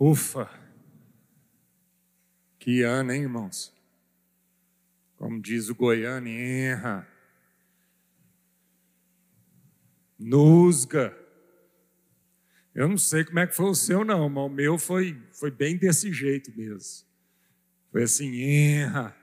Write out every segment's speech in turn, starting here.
Ufa! Que ano, hein, irmãos? Como diz o goiano, erra. Nusga. Eu não sei como é que foi o seu, não, mas o meu foi bem desse jeito mesmo. Foi assim, erra.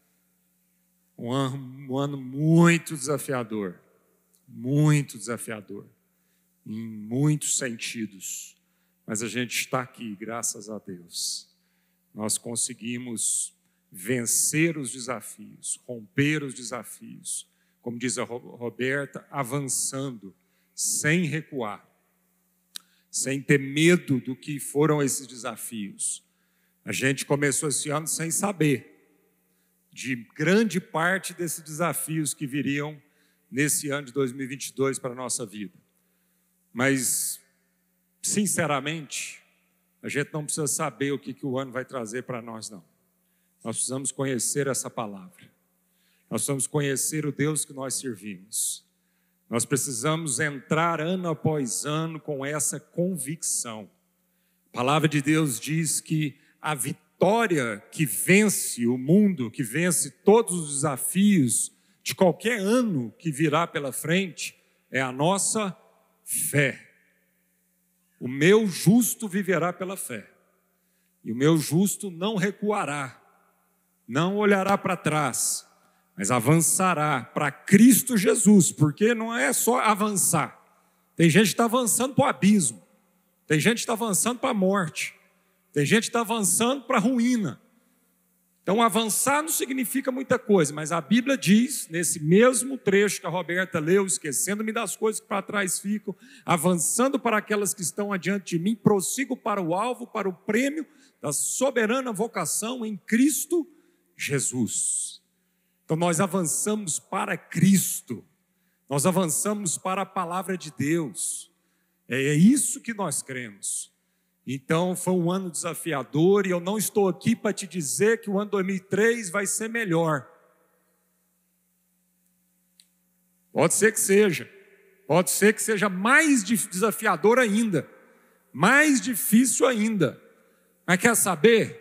Um ano muito desafiador. Muito desafiador. Em muitos sentidos. Mas a gente está aqui, graças a Deus. Nós conseguimos vencer os desafios, romper os desafios. Como diz a Roberta, avançando, sem recuar. Sem ter medo do que foram esses desafios. A gente começou esse ano sem saber de grande parte desses desafios que viriam nesse ano de 2022 para a nossa vida. Mas, sinceramente, a gente não precisa saber o que o ano vai trazer para nós, não. Nós precisamos conhecer essa palavra. Nós precisamos conhecer o Deus que nós servimos. Nós precisamos entrar ano após ano com essa convicção. A palavra de Deus diz que a vitória que vence o mundo, que vence todos os desafios de qualquer ano que virá pela frente, é a nossa fé. O meu justo viverá pela fé. E o meu justo não recuará, não olhará para trás, mas avançará para Cristo Jesus, porque não é só avançar. Tem gente que está avançando para o abismo, tem gente que está avançando para a morte, tem gente que está avançando para a ruína. Então avançar não significa muita coisa, mas a Bíblia diz, nesse mesmo trecho que a Roberta leu, esquecendo-me das coisas que para trás ficam, avançando para aquelas que estão adiante de mim, prossigo para o alvo, para o prêmio da soberana vocação em Cristo Jesus. Então nós avançamos para Cristo, nós avançamos para a palavra de Deus, é isso que nós cremos. Então foi um ano desafiador e eu não estou aqui para te dizer que o ano 2003 vai ser melhor. Pode ser que seja mais desafiador ainda, mais difícil ainda. Mas quer saber?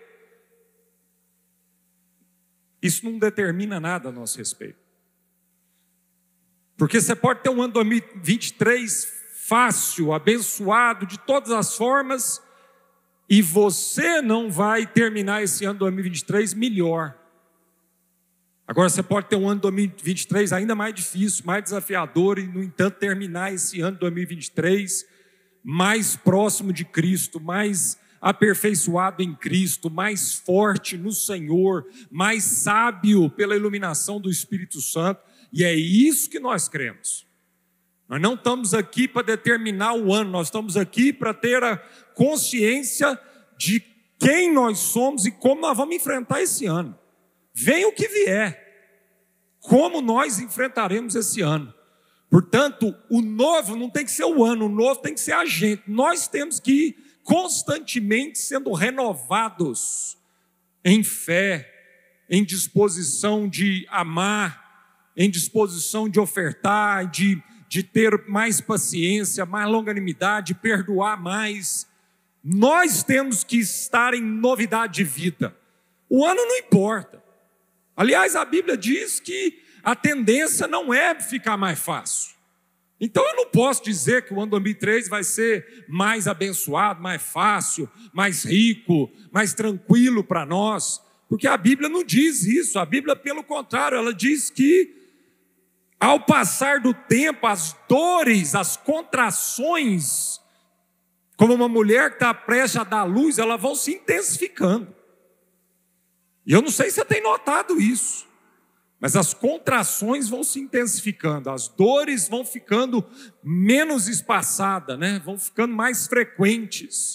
Isso não determina nada a nosso respeito. Porque você pode ter um ano 2023 fácil, abençoado, de todas as formas, e você não vai terminar esse ano 2023 melhor. Agora você pode ter um ano 2023 ainda mais difícil, mais desafiador, e no entanto terminar esse ano 2023 mais próximo de Cristo, mais aperfeiçoado em Cristo, mais forte no Senhor, mais sábio pela iluminação do Espírito Santo, e é isso que nós cremos. Nós não estamos aqui para determinar o ano, nós estamos aqui para ter a consciência de quem nós somos e como nós vamos enfrentar esse ano. Venha o que vier, como nós enfrentaremos esse ano. Portanto, o novo não tem que ser o ano, o novo tem que ser a gente. Nós temos que ir constantemente sendo renovados em fé, em disposição de amar, em disposição de ofertar, de ter mais paciência, mais longanimidade, perdoar mais. Nós temos que estar em novidade de vida. O ano não importa. Aliás, a Bíblia diz que a tendência não é ficar mais fácil. Então eu não posso dizer que o ano 2003 vai ser mais abençoado, mais fácil, mais rico, mais tranquilo para nós, porque a Bíblia não diz isso. A Bíblia, pelo contrário, ela diz que ao passar do tempo, as dores, as contrações, como uma mulher que está prestes a dar luz, elas vão se intensificando. E eu não sei se você tem notado isso, mas as contrações vão se intensificando, as dores vão ficando menos espaçadas, né? Vão ficando mais frequentes.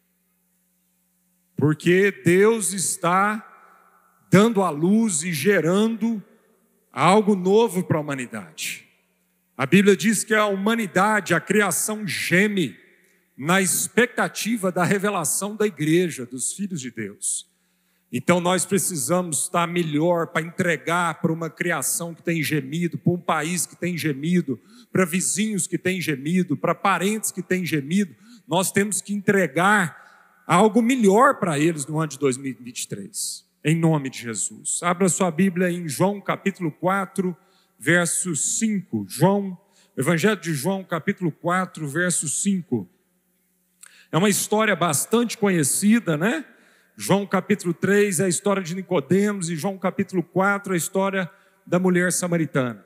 Porque Deus está dando à luz e gerando algo novo para a humanidade. A Bíblia diz que a humanidade, a criação geme na expectativa da revelação da igreja, dos filhos de Deus. Então nós precisamos estar melhor para entregar para uma criação que tem gemido, para um país que tem gemido, para vizinhos que têm gemido, para parentes que têm gemido. Nós temos que entregar Há algo melhor para eles no ano de 2023, em nome de Jesus. Abra sua Bíblia em João capítulo 4, verso 5. Evangelho de João capítulo 4, verso 5. É uma história bastante conhecida, né? João capítulo 3 é a história de Nicodemos e João capítulo 4 é a história da mulher samaritana.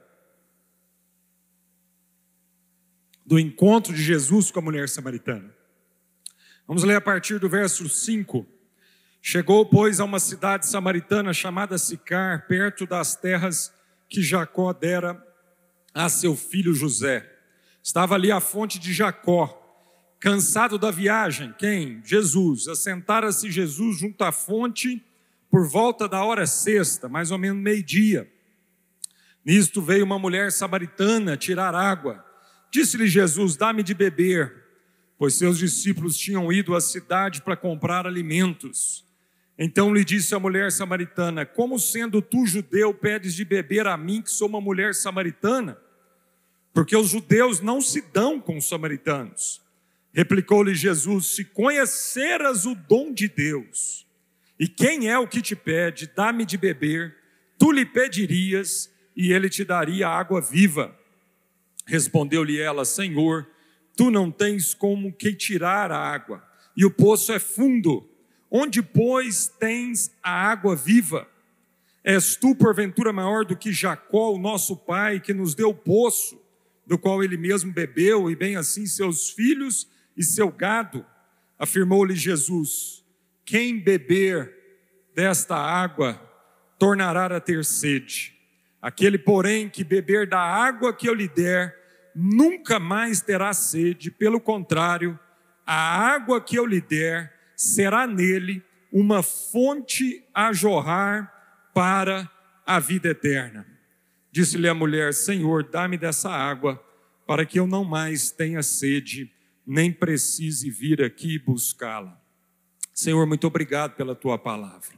Do encontro de Jesus com a mulher samaritana. Vamos ler a partir do verso 5. Chegou, pois, a uma cidade samaritana chamada Sicar, perto das terras que Jacó dera a seu filho José. Estava ali a fonte de Jacó. Cansado da viagem, quem? Jesus. Assentara-se Jesus junto à fonte por volta da hora sexta, mais ou menos meio-dia. Nisto veio uma mulher samaritana tirar água. Disse-lhe Jesus: dá-me de beber, pois seus discípulos tinham ido à cidade para comprar alimentos. Então lhe disse a mulher samaritana: como sendo tu judeu pedes de beber a mim, que sou uma mulher samaritana? Porque os judeus não se dão com os samaritanos. Replicou-lhe Jesus: se conheceras o dom de Deus, e quem é o que te pede, dá-me de beber, tu lhe pedirias, e ele te daria água viva. Respondeu-lhe ela: Senhor, tu não tens como que tirar a água, e o poço é fundo. Onde, pois, tens a água viva? És tu, porventura, maior do que Jacó, o nosso pai, que nos deu o poço, do qual ele mesmo bebeu, e bem assim seus filhos e seu gado? Afirmou-lhe Jesus: quem beber desta água tornará a ter sede. Aquele, porém, que beber da água que eu lhe der, nunca mais terá sede. Pelo contrário, a água que eu lhe der será nele uma fonte a jorrar para a vida eterna. Disse-lhe a mulher: Senhor, dá-me dessa água, para que eu não mais tenha sede, nem precise vir aqui buscá-la. Senhor, muito obrigado pela tua palavra.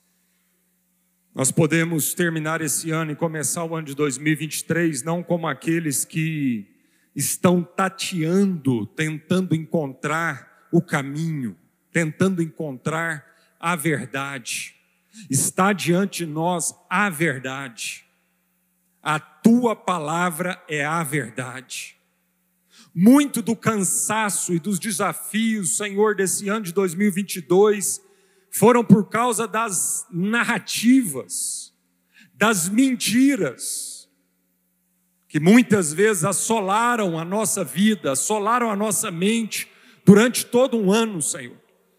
Nós podemos terminar esse ano e começar o ano de 2023 não como aqueles que estão tateando, tentando encontrar o caminho, tentando encontrar a verdade. Está diante de nós a verdade. A tua palavra é a verdade. Muito do cansaço e dos desafios, Senhor, desse ano de 2022 foram por causa das narrativas, das mentiras, que muitas vezes assolaram a nossa vida, assolaram a nossa mente durante todo um ano, Senhor.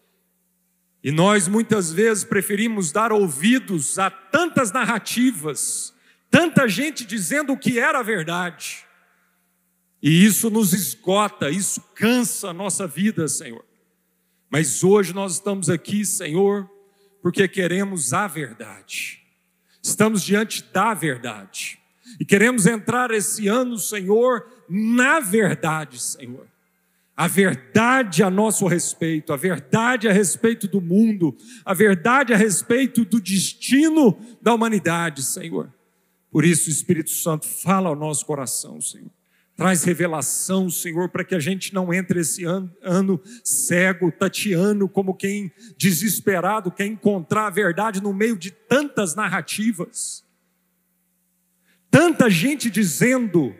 E nós muitas vezes preferimos dar ouvidos a tantas narrativas, tanta gente dizendo o que era a verdade. E isso nos esgota, isso cansa a nossa vida, Senhor. Mas hoje nós estamos aqui, Senhor, porque queremos a verdade. Estamos diante da verdade. E queremos entrar esse ano, Senhor, na verdade, Senhor. A verdade a nosso respeito, a verdade a respeito do mundo, a verdade a respeito do destino da humanidade, Senhor. Por isso, o Espírito Santo fala ao nosso coração, Senhor. Traz revelação, Senhor, para que a gente não entre esse ano cego, tateando, como quem desesperado quer encontrar a verdade no meio de tantas narrativas. Tanta gente dizendo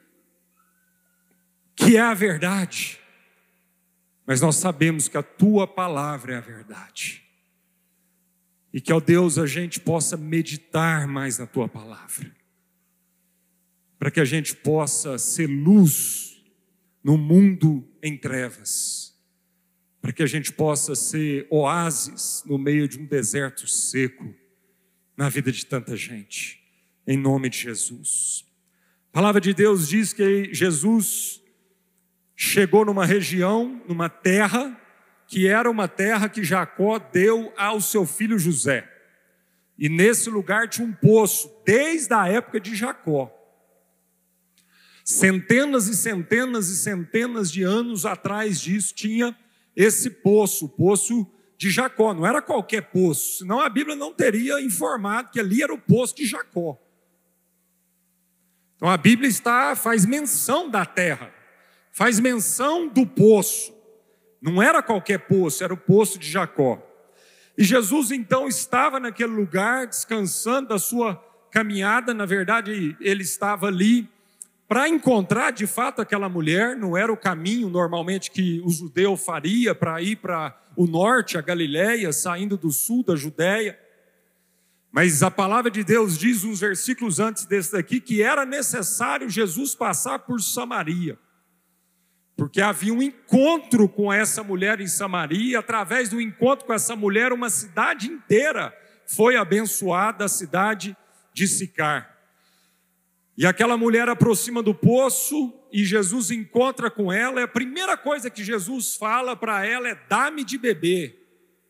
que é a verdade. Mas nós sabemos que a tua palavra é a verdade. E que, ó Deus, a gente possa meditar mais na tua palavra. Para que a gente possa ser luz no mundo em trevas. Para que a gente possa ser oásis no meio de um deserto seco, na vida de tanta gente. Em nome de Jesus. A palavra de Deus diz que Jesus chegou numa região, numa terra, que era uma terra que Jacó deu ao seu filho José. E nesse lugar tinha um poço, desde a época de Jacó. Centenas e centenas e centenas de anos atrás disso, tinha esse poço, o poço de Jacó. Não era qualquer poço, senão a Bíblia não teria informado que ali era o poço de Jacó. Então a Bíblia faz menção da terra, faz menção do poço, Não era qualquer poço, era o poço de Jacó. E Jesus então estava naquele lugar, descansando da sua caminhada. Na verdade, ele estava ali para encontrar de fato aquela mulher. Não era o caminho normalmente que o judeu faria para ir para o norte, a Galileia, saindo do sul da Judéia. Mas a palavra de Deus diz uns versículos antes desse daqui que era necessário Jesus passar por Samaria. Porque havia um encontro com essa mulher em Samaria, e através do encontro com essa mulher, uma cidade inteira foi abençoada, a cidade de Sicar. E aquela mulher aproxima do poço, e Jesus encontra com ela, e a primeira coisa que Jesus fala para ela é: dá-me de beber.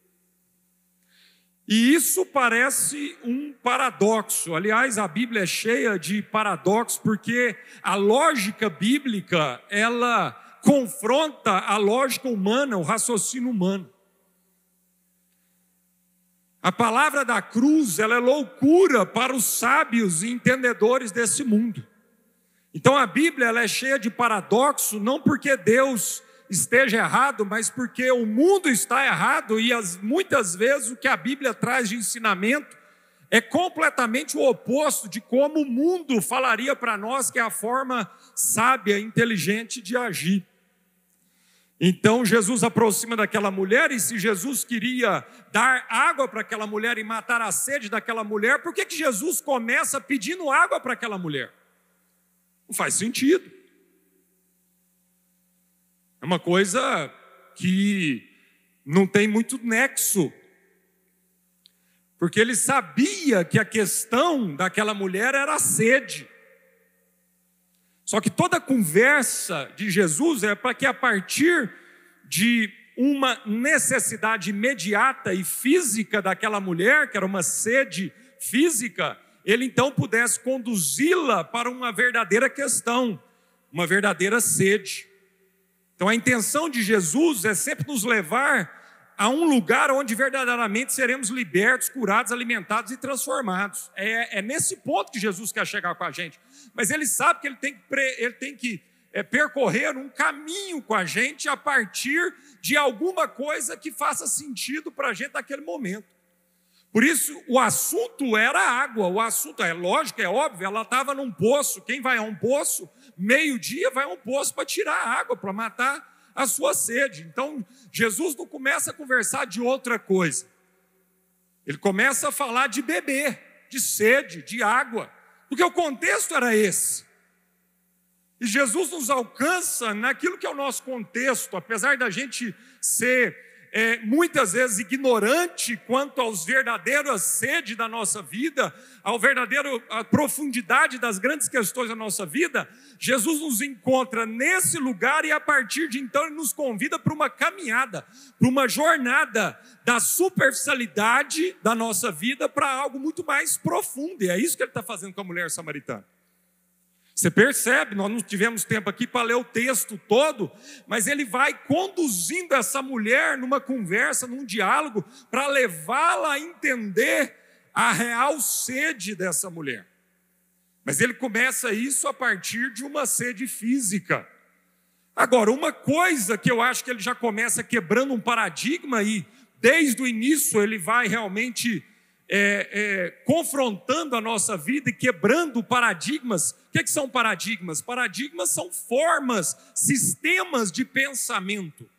E isso parece um paradoxo. Aliás, a Bíblia é cheia de paradoxos, porque a lógica bíblica, ela confronta a lógica humana, o raciocínio humano. A palavra da cruz, ela é loucura para os sábios e entendedores desse mundo. Então a Bíblia, ela é cheia de paradoxo, não porque Deus esteja errado, mas porque o mundo está errado, e muitas vezes o que a Bíblia traz de ensinamento é completamente o oposto de como o mundo falaria para nós que é a forma sábia, inteligente de agir. Então Jesus aproxima daquela mulher, e se Jesus queria dar água para aquela mulher e matar a sede daquela mulher, por que Jesus começa pedindo água para aquela mulher? Não faz sentido. É uma coisa que não tem muito nexo. Porque ele sabia que a questão daquela mulher era a sede. Só que toda a conversa de Jesus é para que, a partir de uma necessidade imediata e física daquela mulher, que era uma sede física, ele então pudesse conduzi-la para uma verdadeira questão, uma verdadeira sede. Então a intenção de Jesus é sempre nos levar a um lugar onde verdadeiramente seremos libertos, curados, alimentados e transformados. É nesse ponto que Jesus quer chegar com a gente. Mas ele sabe que ele tem que percorrer um caminho com a gente a partir de alguma coisa que faça sentido para a gente naquele momento. Por isso, o assunto era a água. O assunto, é lógico, é óbvio, ela estava num poço. Quem vai a um poço, meio-dia vai a um poço para tirar água, para matar a sua sede. Então, Jesus não começa a conversar de outra coisa. Ele começa a falar de beber, de sede, de água, porque o contexto era esse. E Jesus nos alcança naquilo que é o nosso contexto, apesar da gente ser muitas vezes ignorante quanto aos verdadeiras sede da nossa vida, à profundidade das grandes questões da nossa vida. Jesus nos encontra nesse lugar, e a partir de então ele nos convida para uma caminhada, para uma jornada da superficialidade da nossa vida para algo muito mais profundo, e é isso que ele está fazendo com a mulher samaritana. Você percebe, nós não tivemos tempo aqui para ler o texto todo, mas ele vai conduzindo essa mulher numa conversa, num diálogo, para levá-la a entender a real sede dessa mulher. Mas ele começa isso a partir de uma sede física. Agora, uma coisa que eu acho que ele já começa quebrando um paradigma, e desde o início ele vai realmente confrontando a nossa vida e quebrando paradigmas. O que são paradigmas? Paradigmas são formas, sistemas de pensamento.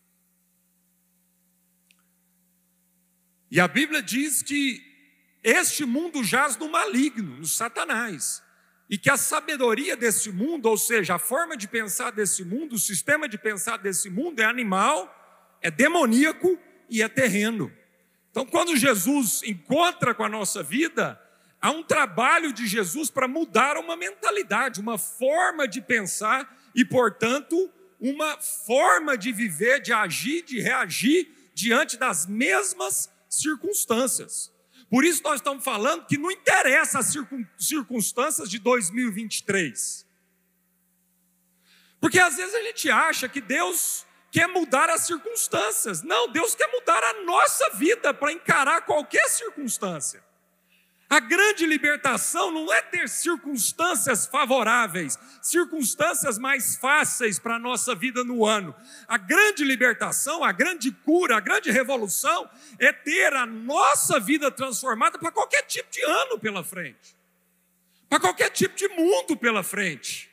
E a Bíblia diz que este mundo jaz no maligno, no Satanás, e que a sabedoria desse mundo, ou seja, a forma de pensar desse mundo, o sistema de pensar desse mundo é animal, é demoníaco e é terreno. Então, quando Jesus encontra com a nossa vida, há um trabalho de Jesus para mudar uma mentalidade, uma forma de pensar e, portanto, uma forma de viver, de agir, de reagir diante das mesmas circunstâncias. Por isso nós estamos falando que não interessa as circunstâncias de 2023. Porque às vezes a gente acha que Deus quer mudar as circunstâncias. Não, Deus quer mudar a nossa vida para encarar qualquer circunstância. A grande libertação não é ter circunstâncias favoráveis, circunstâncias mais fáceis para a nossa vida no ano. A grande libertação, a grande cura, a grande revolução é ter a nossa vida transformada para qualquer tipo de ano pela frente, para qualquer tipo de mundo pela frente.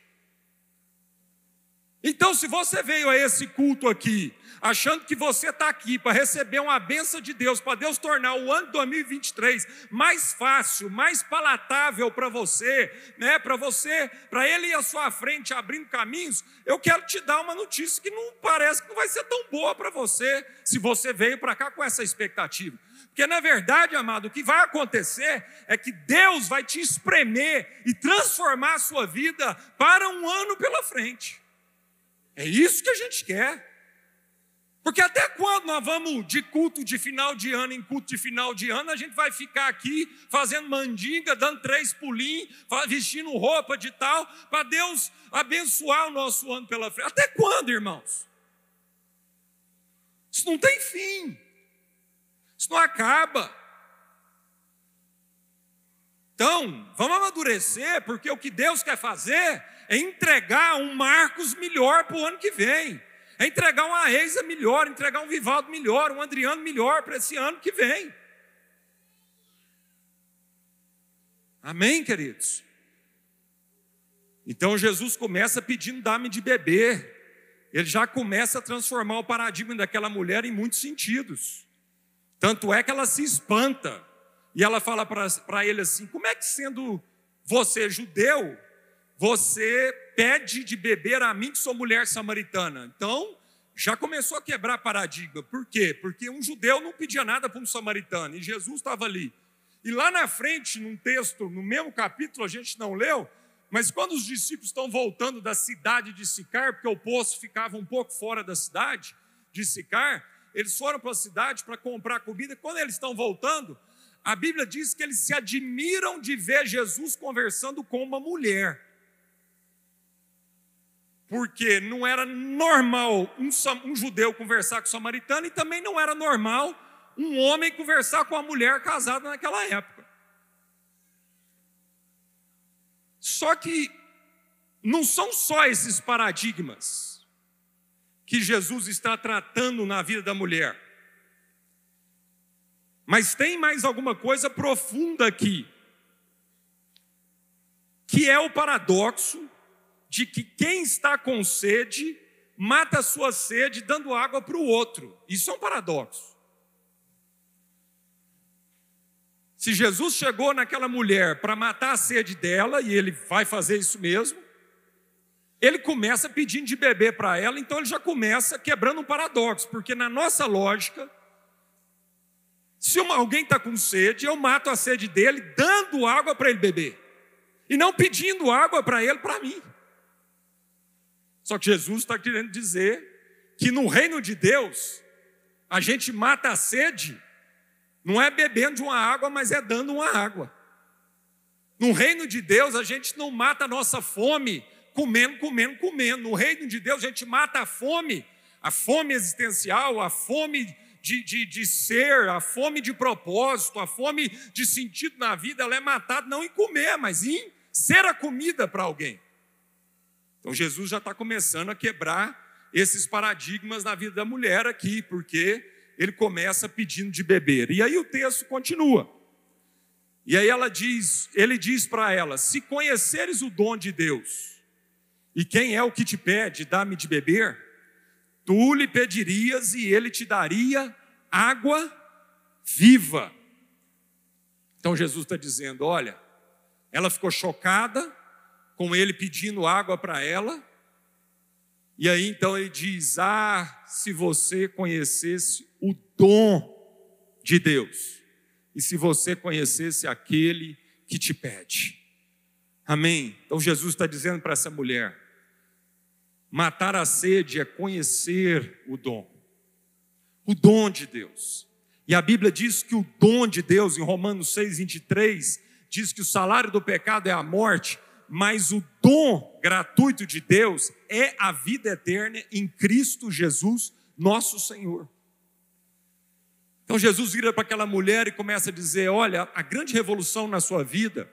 Então, se você veio a esse culto aqui, achando que você está aqui para receber uma bênção de Deus, para Deus tornar o ano de 2023 mais fácil, mais palatável para você, né? Para Ele ir à sua frente abrindo caminhos, eu quero te dar uma notícia que não parece que não vai ser tão boa para você, se você veio para cá com essa expectativa. Porque, na verdade, amado, o que vai acontecer é que Deus vai te espremer e transformar a sua vida para um ano pela frente. É isso que a gente quer. Porque até quando nós vamos de culto de final de ano em culto de final de ano, a gente vai ficar aqui fazendo mandinga, dando 3 pulinhos, vestindo roupa de tal, para Deus abençoar o nosso ano pela frente. Até quando, irmãos? Isso não tem fim. Isso não acaba. Então, vamos amadurecer, porque o que Deus quer fazer é entregar um Marcos melhor para o ano que vem. É entregar uma Eisa melhor, entregar um Vivaldo melhor, um Adriano melhor para esse ano que vem. Amém, queridos? Então Jesus começa pedindo dá-me de beber. Ele já começa a transformar o paradigma daquela mulher em muitos sentidos. Tanto é que ela se espanta. E ela fala para ele assim: como é que, sendo você judeu, você pede de beber a mim que sou mulher samaritana? Então, já começou a quebrar paradigma. Por quê? Porque um judeu não pedia nada para um samaritano, e Jesus estava ali. E lá na frente, num texto, no mesmo capítulo, a gente não leu, mas quando os discípulos estão voltando da cidade de Sicar, porque o poço ficava um pouco fora da cidade de Sicar, eles foram para a cidade para comprar comida. Quando eles estão voltando, a Bíblia diz que eles se admiram de ver Jesus conversando com uma mulher. Porque não era normal um judeu conversar com um samaritano, e também não era normal um homem conversar com uma mulher casada naquela época. Só que não são só esses paradigmas que Jesus está tratando na vida da mulher. Mas tem mais alguma coisa profunda aqui, que é o paradoxo de que quem está com sede mata a sua sede dando água para o outro. Isso é um paradoxo. Se Jesus chegou naquela mulher para matar a sede dela, e ele vai fazer isso mesmo, ele começa pedindo de beber para ela, então ele já começa quebrando um paradoxo, porque na nossa lógica, se alguém está com sede, eu mato a sede dele dando água para ele beber, e não pedindo água para ele, para mim. Só que Jesus está querendo dizer que no reino de Deus, a gente mata a sede, não é bebendo de uma água, mas é dando uma água. No reino de Deus, a gente não mata a nossa fome comendo. No reino de Deus, a gente mata a fome existencial, a fome de ser, a fome de propósito, a fome de sentido na vida. Ela é matada não em comer, mas em ser a comida para alguém. Então Jesus já está começando a quebrar esses paradigmas na vida da mulher aqui, porque ele começa pedindo de beber. E aí o texto continua. E aí ele diz para ela: se conheceres o dom de Deus, e quem é o que te pede, dá-me de beber, tu lhe pedirias e ele te daria água viva. Então Jesus está dizendo: olha, ela ficou chocada com ele pedindo água para ela, e aí então ele diz: se você conhecesse o dom de Deus, e se você conhecesse aquele que te pede. Amém? Então Jesus está dizendo para essa mulher: matar a sede é conhecer o dom de Deus. E a Bíblia diz que o dom de Deus, em Romanos 6:23, diz que o salário do pecado é a morte, mas o dom gratuito de Deus é a vida eterna em Cristo Jesus, nosso Senhor. Então Jesus vira para aquela mulher e começa a dizer: olha, a grande revolução na sua vida,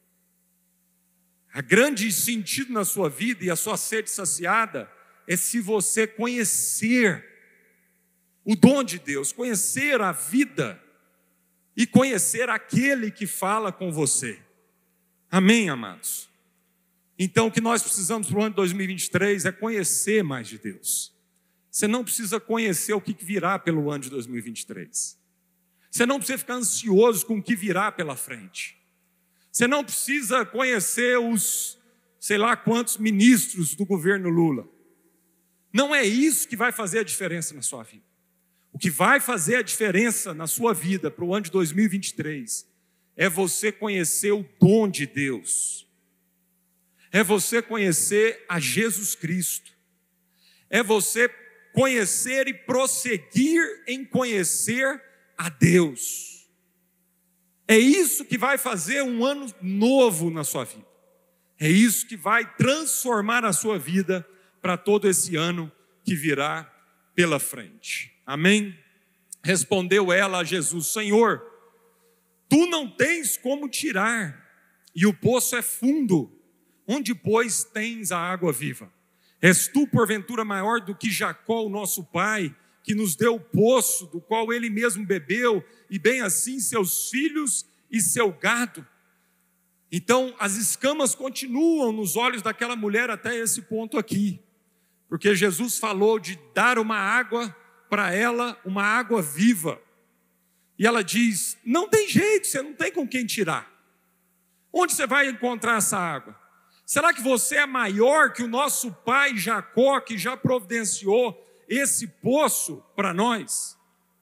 a grande sentido na sua vida e a sua sede saciada é se você conhecer o dom de Deus, conhecer a vida e conhecer aquele que fala com você. Amém, amados? Então o que nós precisamos para o ano de 2023 é conhecer mais de Deus. Você não precisa conhecer o que virá pelo ano de 2023. Você não precisa ficar ansioso com o que virá pela frente. Você não precisa conhecer os, sei lá quantos ministros do governo Lula. Não é isso que vai fazer a diferença na sua vida. O que vai fazer a diferença na sua vida para o ano de 2023 é você conhecer o dom de Deus. É você conhecer a Jesus Cristo. É você conhecer e prosseguir em conhecer a Deus. É isso que vai fazer um ano novo na sua vida. É isso que vai transformar a sua vida para todo esse ano que virá pela frente. Amém? Respondeu ela a Jesus: Senhor, tu não tens como tirar, e o poço é fundo. Onde, pois, tens a água viva? És tu, porventura, maior do que Jacó, o nosso pai, que nos deu o poço, do qual ele mesmo bebeu, e bem assim seus filhos e seu gado? Então, as escamas continuam nos olhos daquela mulher até esse ponto aqui, porque Jesus falou de dar uma água para ela, uma água viva. E ela diz: não tem jeito, você não tem com quem tirar. Onde você vai encontrar essa água? Será que você é maior que o nosso pai Jacó, que já providenciou esse poço para nós?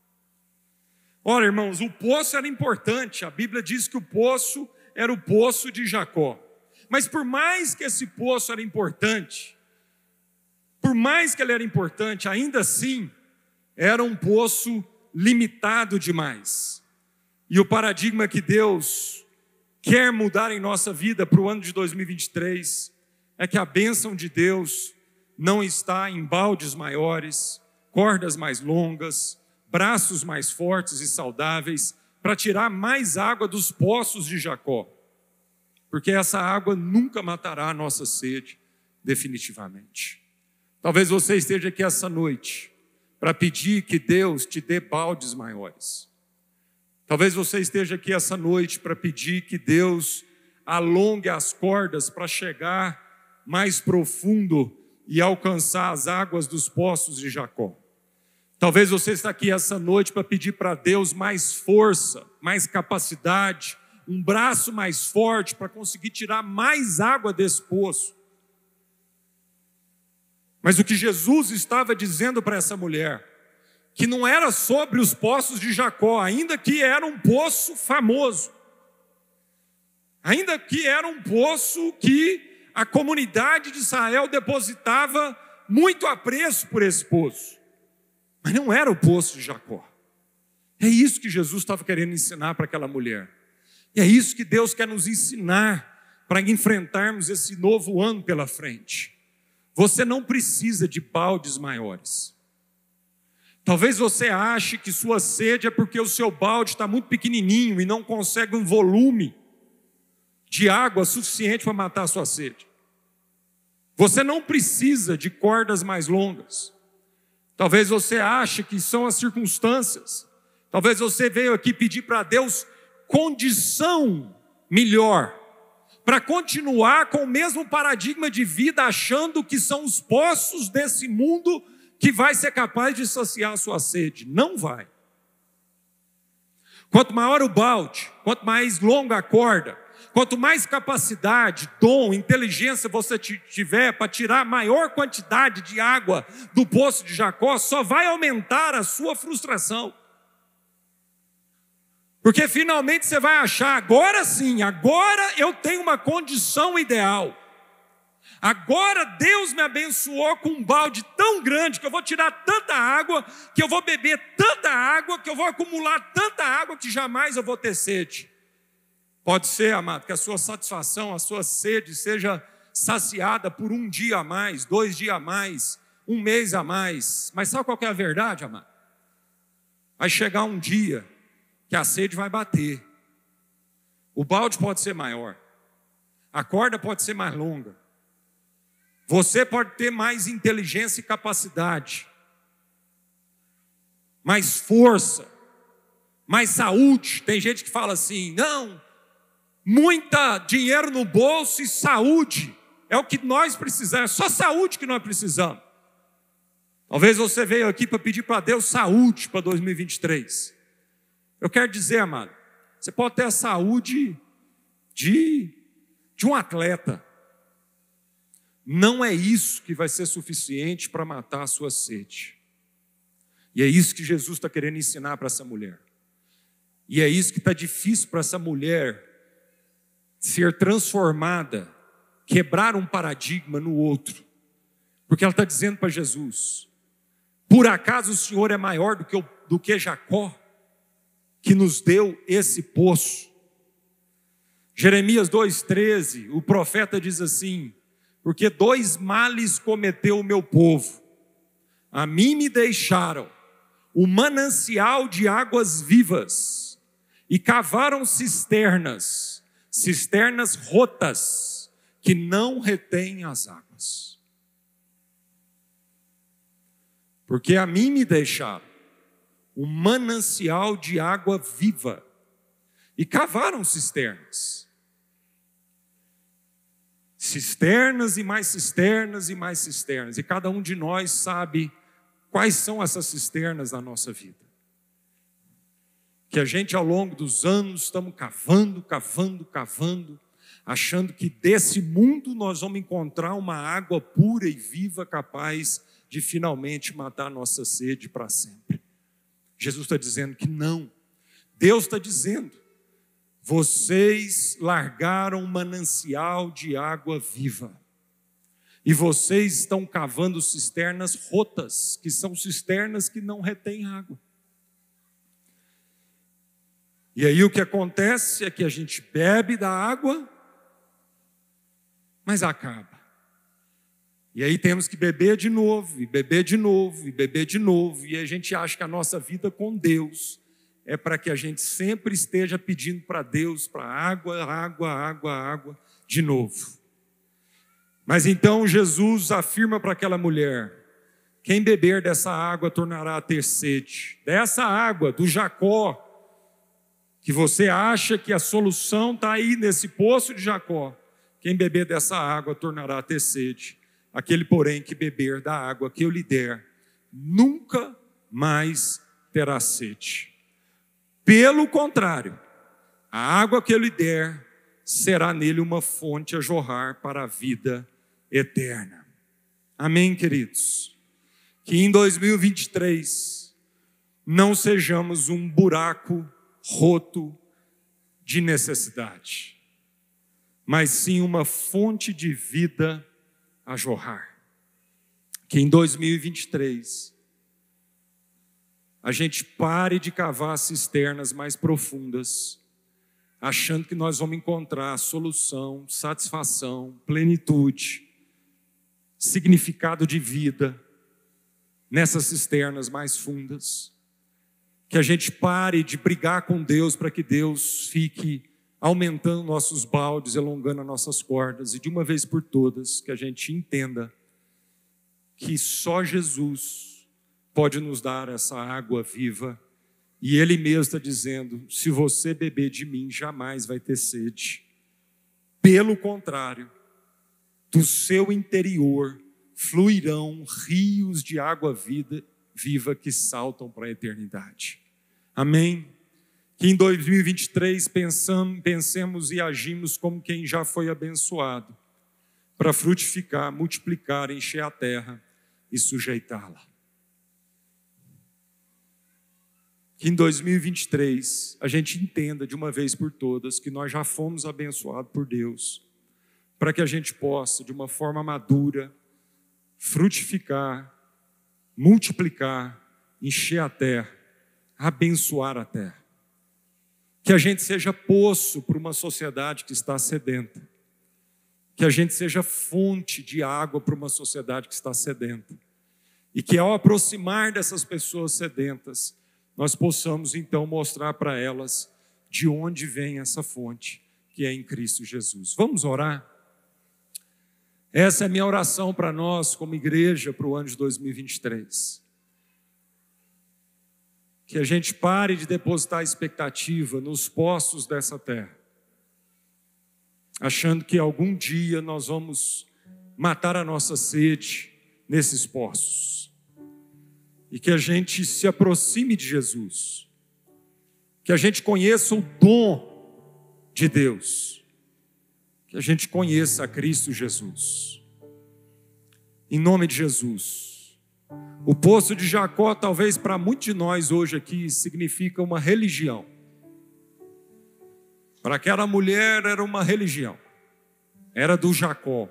Ora, irmãos, o poço era importante. A Bíblia diz que o poço era o poço de Jacó. Mas por mais que esse poço era importante, ainda assim, era um poço limitado demais. E o paradigma que Deus quer mudar em nossa vida para o ano de 2023 é que a bênção de Deus não está em baldes maiores, cordas mais longas, braços mais fortes e saudáveis para tirar mais água dos poços de Jacó, porque essa água nunca matará a nossa sede definitivamente. Talvez você esteja aqui essa noite para pedir que Deus te dê baldes maiores. Talvez você esteja aqui essa noite para pedir que Deus alongue as cordas para chegar mais profundo e alcançar as águas dos poços de Jacó. Talvez você está aqui essa noite para pedir para Deus mais força, mais capacidade, um braço mais forte para conseguir tirar mais água desse poço. Mas o que Jesus estava dizendo para essa mulher, que não era sobre os poços de Jacó, ainda que era um poço famoso, ainda que era um poço que a comunidade de Israel depositava muito apreço por esse poço, mas não era o poço de Jacó. É isso que Jesus estava querendo ensinar para aquela mulher, e é isso que Deus quer nos ensinar para enfrentarmos esse novo ano pela frente. Você não precisa de baldes maiores. Talvez você ache que sua sede é porque o seu balde está muito pequenininho e não consegue um volume de água suficiente para matar a sua sede. Você não precisa de cordas mais longas. Talvez você ache que são as circunstâncias. Talvez você veio aqui pedir para Deus condição melhor, para continuar com o mesmo paradigma de vida, achando que são os poços desse mundo que vai ser capaz de saciar a sua sede. Não vai. Quanto maior o balde, quanto mais longa a corda, quanto mais capacidade, dom, inteligência você tiver para tirar a maior quantidade de água do poço de Jacó, só vai aumentar a sua frustração. Porque finalmente você vai achar, agora sim, agora eu tenho uma condição ideal. Agora Deus me abençoou com um balde tão grande que eu vou tirar tanta água, que eu vou beber tanta água, que eu vou acumular tanta água que jamais eu vou ter sede. Pode ser, amado, que a sua satisfação, a sua sede seja saciada por um dia a mais, 2 dias a mais, um mês a mais. Mas sabe qual que é a verdade, amado? Vai chegar um dia que a sede vai bater. O balde pode ser maior. A corda pode ser mais longa. Você pode ter mais inteligência e capacidade, mais força, mais saúde. Tem gente que fala assim: não, muita dinheiro no bolso e saúde é o que nós precisamos, é só saúde que nós precisamos. Talvez você veio aqui para pedir para Deus saúde para 2023. Eu quero dizer, amado, você pode ter a saúde de um atleta. Não é isso que vai ser suficiente para matar a sua sede. E é isso que Jesus está querendo ensinar para essa mulher. E é isso que está difícil para essa mulher ser transformada, quebrar um paradigma no outro. Porque ela está dizendo para Jesus: por acaso o Senhor é maior do que Jacó, que nos deu esse poço? Jeremias 2,13, o profeta diz assim: porque 2 males cometeu o meu povo. A mim me deixaram o manancial de águas vivas e cavaram cisternas rotas que não retêm as águas. Porque a mim me deixaram o manancial de água viva e cavaram cisternas. Cisternas e mais cisternas e mais cisternas. E cada um de nós sabe quais são essas cisternas na nossa vida. Que a gente, ao longo dos anos, estamos cavando, achando que desse mundo nós vamos encontrar uma água pura e viva, capaz de finalmente matar a nossa sede para sempre. Jesus está dizendo que não. Deus está dizendo: vocês largaram um manancial de água viva. E vocês estão cavando cisternas rotas, que são cisternas que não retêm água. E aí o que acontece é que a gente bebe da água, mas acaba. E aí temos que beber de novo, e beber de novo, e beber de novo. E a gente acha que a nossa vida com Deus é para que a gente sempre esteja pedindo para Deus, para água, de novo. Mas então Jesus afirma para aquela mulher: quem beber dessa água tornará a ter sede. Dessa água, do Jacó, que você acha que a solução está aí nesse poço de Jacó. Quem beber dessa água tornará a ter sede. Aquele, porém, que beber da água que eu lhe der, nunca mais terá sede. Pelo contrário, a água que eu lhe der será nele uma fonte a jorrar para a vida eterna. Amém, queridos? Que em 2023 não sejamos um buraco roto de necessidade, mas sim uma fonte de vida a jorrar. Que em 2023 a gente pare de cavar cisternas mais profundas, achando que nós vamos encontrar solução, satisfação, plenitude, significado de vida nessas cisternas mais fundas. Que a gente pare de brigar com Deus para que Deus fique aumentando nossos baldes, alongando as nossas cordas, e de uma vez por todas que a gente entenda que só Jesus pode nos dar essa água viva, e Ele mesmo está dizendo: se você beber de mim, jamais vai ter sede. Pelo contrário, do seu interior fluirão rios de água viva que saltam para a eternidade. Amém? Que em 2023 pensemos e agimos como quem já foi abençoado, para frutificar, multiplicar, encher a terra e sujeitá-la. Que em 2023 a gente entenda de uma vez por todas que nós já fomos abençoados por Deus, para que a gente possa, de uma forma madura, frutificar, multiplicar, encher a terra, abençoar a terra. Que a gente seja poço para uma sociedade que está sedenta. Que a gente seja fonte de água para uma sociedade que está sedenta. E que ao aproximar dessas pessoas sedentas, nós possamos então mostrar para elas de onde vem essa fonte, que é em Cristo Jesus. Vamos orar? Essa é a minha oração para nós como igreja para o ano de 2023. Que a gente pare de depositar expectativa nos poços dessa terra, achando que algum dia nós vamos matar a nossa sede nesses poços. E que a gente se aproxime de Jesus, que a gente conheça o dom de Deus, que a gente conheça a Cristo Jesus. Em nome de Jesus. O poço de Jacó, talvez para muitos de nós hoje aqui, significa uma religião. Para aquela mulher era uma religião, era do Jacó.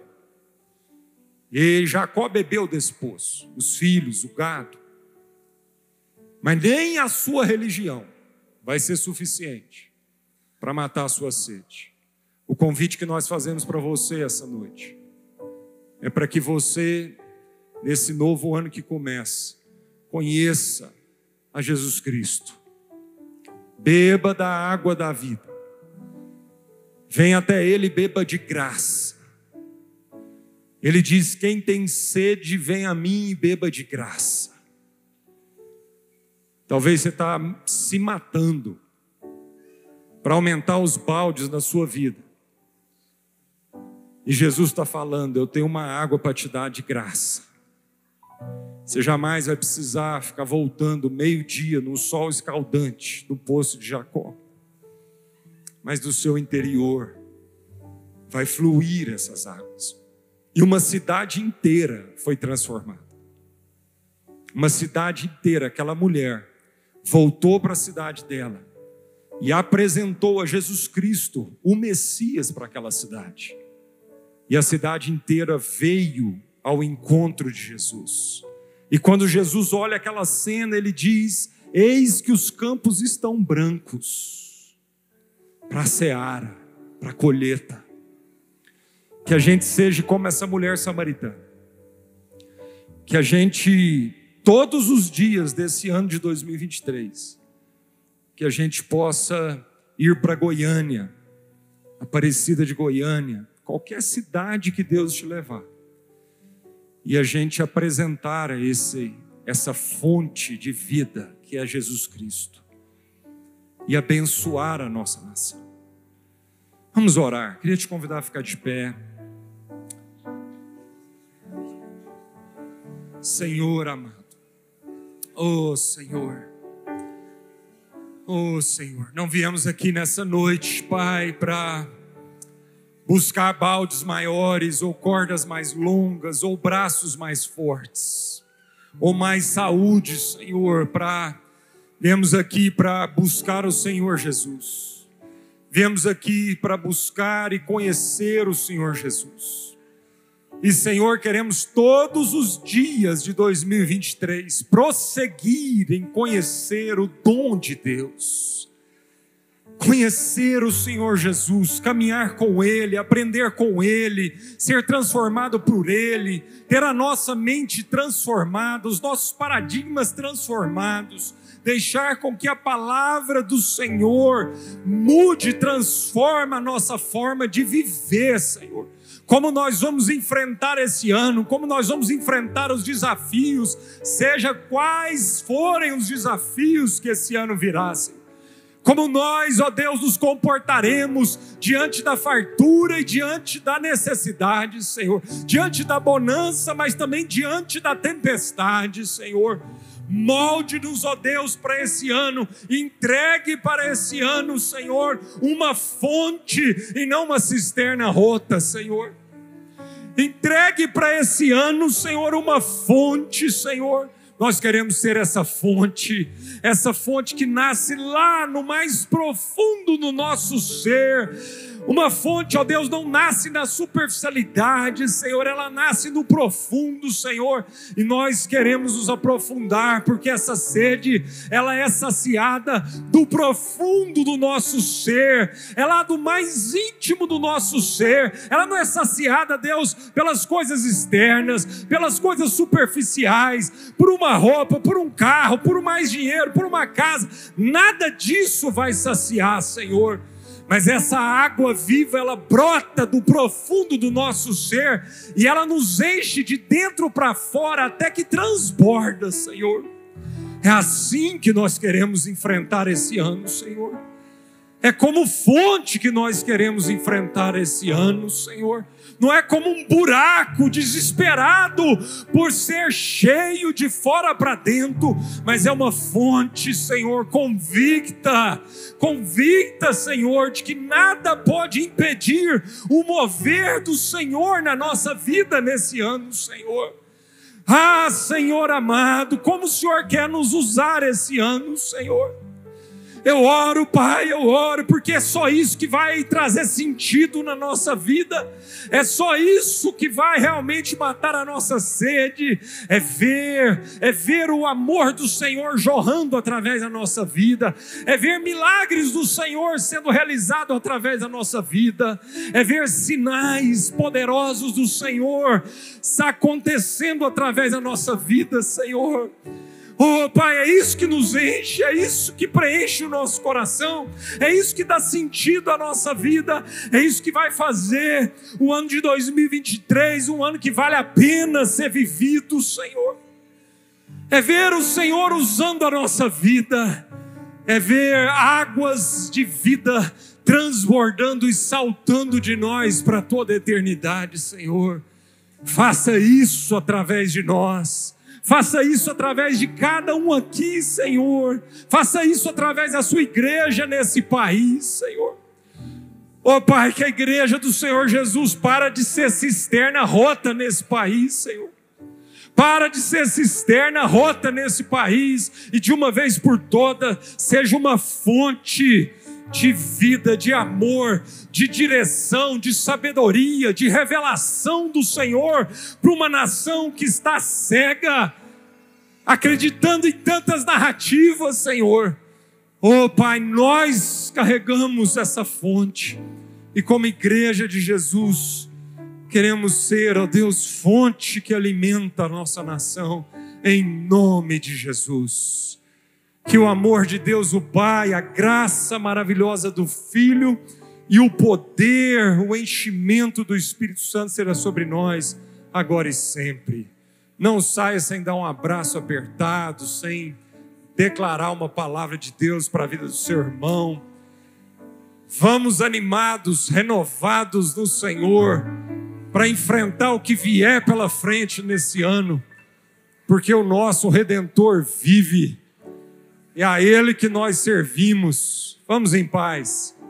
E Jacó bebeu desse poço, os filhos, o gado. Mas nem a sua religião vai ser suficiente para matar a sua sede. O convite que nós fazemos para você essa noite é para que você, nesse novo ano que começa, conheça a Jesus Cristo. Beba da água da vida. Venha até Ele e beba de graça. Ele diz: quem tem sede, vem a mim e beba de graça. Talvez você está se matando para aumentar os baldes na sua vida. E Jesus está falando: eu tenho uma água para te dar de graça. Você jamais vai precisar ficar voltando meio-dia no sol escaldante do poço de Jacó. Mas do seu interior vai fluir essas águas. E uma cidade inteira foi transformada. Uma cidade inteira, aquela mulher voltou para a cidade dela e apresentou a Jesus Cristo, o Messias, para aquela cidade. E a cidade inteira veio ao encontro de Jesus. E quando Jesus olha aquela cena, ele diz: eis que os campos estão brancos para a seara, para a colheita. Que a gente seja como essa mulher samaritana. Que a gente, todos os dias desse ano de 2023, que a gente possa ir para Goiânia, Aparecida de Goiânia, qualquer cidade que Deus te levar, e a gente apresentar essa fonte de vida que é Jesus Cristo, e abençoar a nossa nação. Vamos orar. Queria te convidar a ficar de pé. Senhor amado, oh Senhor, não viemos aqui nessa noite, Pai, para buscar baldes maiores, ou cordas mais longas, ou braços mais fortes, ou mais saúde, Senhor. Viemos aqui para buscar o Senhor Jesus. Viemos aqui para buscar e conhecer o Senhor Jesus. E, Senhor, queremos todos os dias de 2023 prosseguir em conhecer o dom de Deus. Conhecer o Senhor Jesus, caminhar com Ele, aprender com Ele, ser transformado por Ele, ter a nossa mente transformada, os nossos paradigmas transformados, deixar com que a palavra do Senhor mude, transforme a nossa forma de viver, Senhor. Como nós vamos enfrentar esse ano, como nós vamos enfrentar os desafios, seja quais forem os desafios que esse ano virá, Senhor. Como nós, ó Deus, nos comportaremos diante da fartura e diante da necessidade, Senhor. Diante da bonança, mas também diante da tempestade, Senhor. Molde-nos, ó Deus, para esse ano. Entregue para esse ano, Senhor, uma fonte e não uma cisterna rota, Senhor. Entregue para esse ano, Senhor, uma fonte, Senhor. Nós queremos ser essa fonte que nasce lá no mais profundo do nosso ser. Uma fonte, ó Deus, não nasce na superficialidade, Senhor, ela nasce no profundo, Senhor, e nós queremos nos aprofundar, porque essa sede, ela é saciada do profundo do nosso ser, ela é do mais íntimo do nosso ser, ela não é saciada, Deus, pelas coisas externas, pelas coisas superficiais, por uma uma roupa, por um carro, por mais dinheiro, por uma casa. Nada disso vai saciar, Senhor. Mas essa água viva, ela brota do profundo do nosso ser e ela nos enche de dentro para fora até que transborda, Senhor. É assim que nós queremos enfrentar esse ano, Senhor. É como fonte que nós queremos enfrentar esse ano, Senhor. Não é como um buraco desesperado por ser cheio de fora para dentro, mas é uma fonte, Senhor, convicta, Senhor, de que nada pode impedir o mover do Senhor na nossa vida nesse ano, Senhor. Ah, Senhor amado, como o Senhor quer nos usar esse ano, Senhor. Eu oro, Pai, porque é só isso que vai trazer sentido na nossa vida, é só isso que vai realmente matar a nossa sede, é ver o amor do Senhor jorrando através da nossa vida, é ver milagres do Senhor sendo realizados através da nossa vida, é ver sinais poderosos do Senhor acontecendo através da nossa vida, Senhor. Oh, Pai, é isso que nos enche, é isso que preenche o nosso coração, é isso que dá sentido à nossa vida, é isso que vai fazer o ano de 2023 um ano que vale a pena ser vivido, Senhor. É ver o Senhor usando a nossa vida, é ver águas de vida transbordando e saltando de nós para toda a eternidade, Senhor. Faça isso através de nós. Faça isso através de cada um aqui, Senhor. Faça isso através da sua igreja nesse país, Senhor. Oh, Pai, que a igreja do Senhor Jesus para de ser cisterna rota nesse país, Senhor. Para de ser cisterna rota nesse país e de uma vez por todas seja uma fonte de vida, de amor, de direção, de sabedoria, de revelação do Senhor para uma nação que está cega, acreditando em tantas narrativas, Senhor. Oh, Pai, nós carregamos essa fonte e como igreja de Jesus queremos ser, ó Deus, fonte que alimenta a nossa nação, em nome de Jesus. Que o amor de Deus, o Pai, a graça maravilhosa do Filho e o poder, o enchimento do Espírito Santo será sobre nós, agora e sempre. Não saia sem dar um abraço apertado, sem declarar uma palavra de Deus para a vida do seu irmão. Vamos animados, renovados no Senhor, para enfrentar o que vier pela frente nesse ano, porque o nosso Redentor vive. E a Ele que nós servimos. Vamos em paz.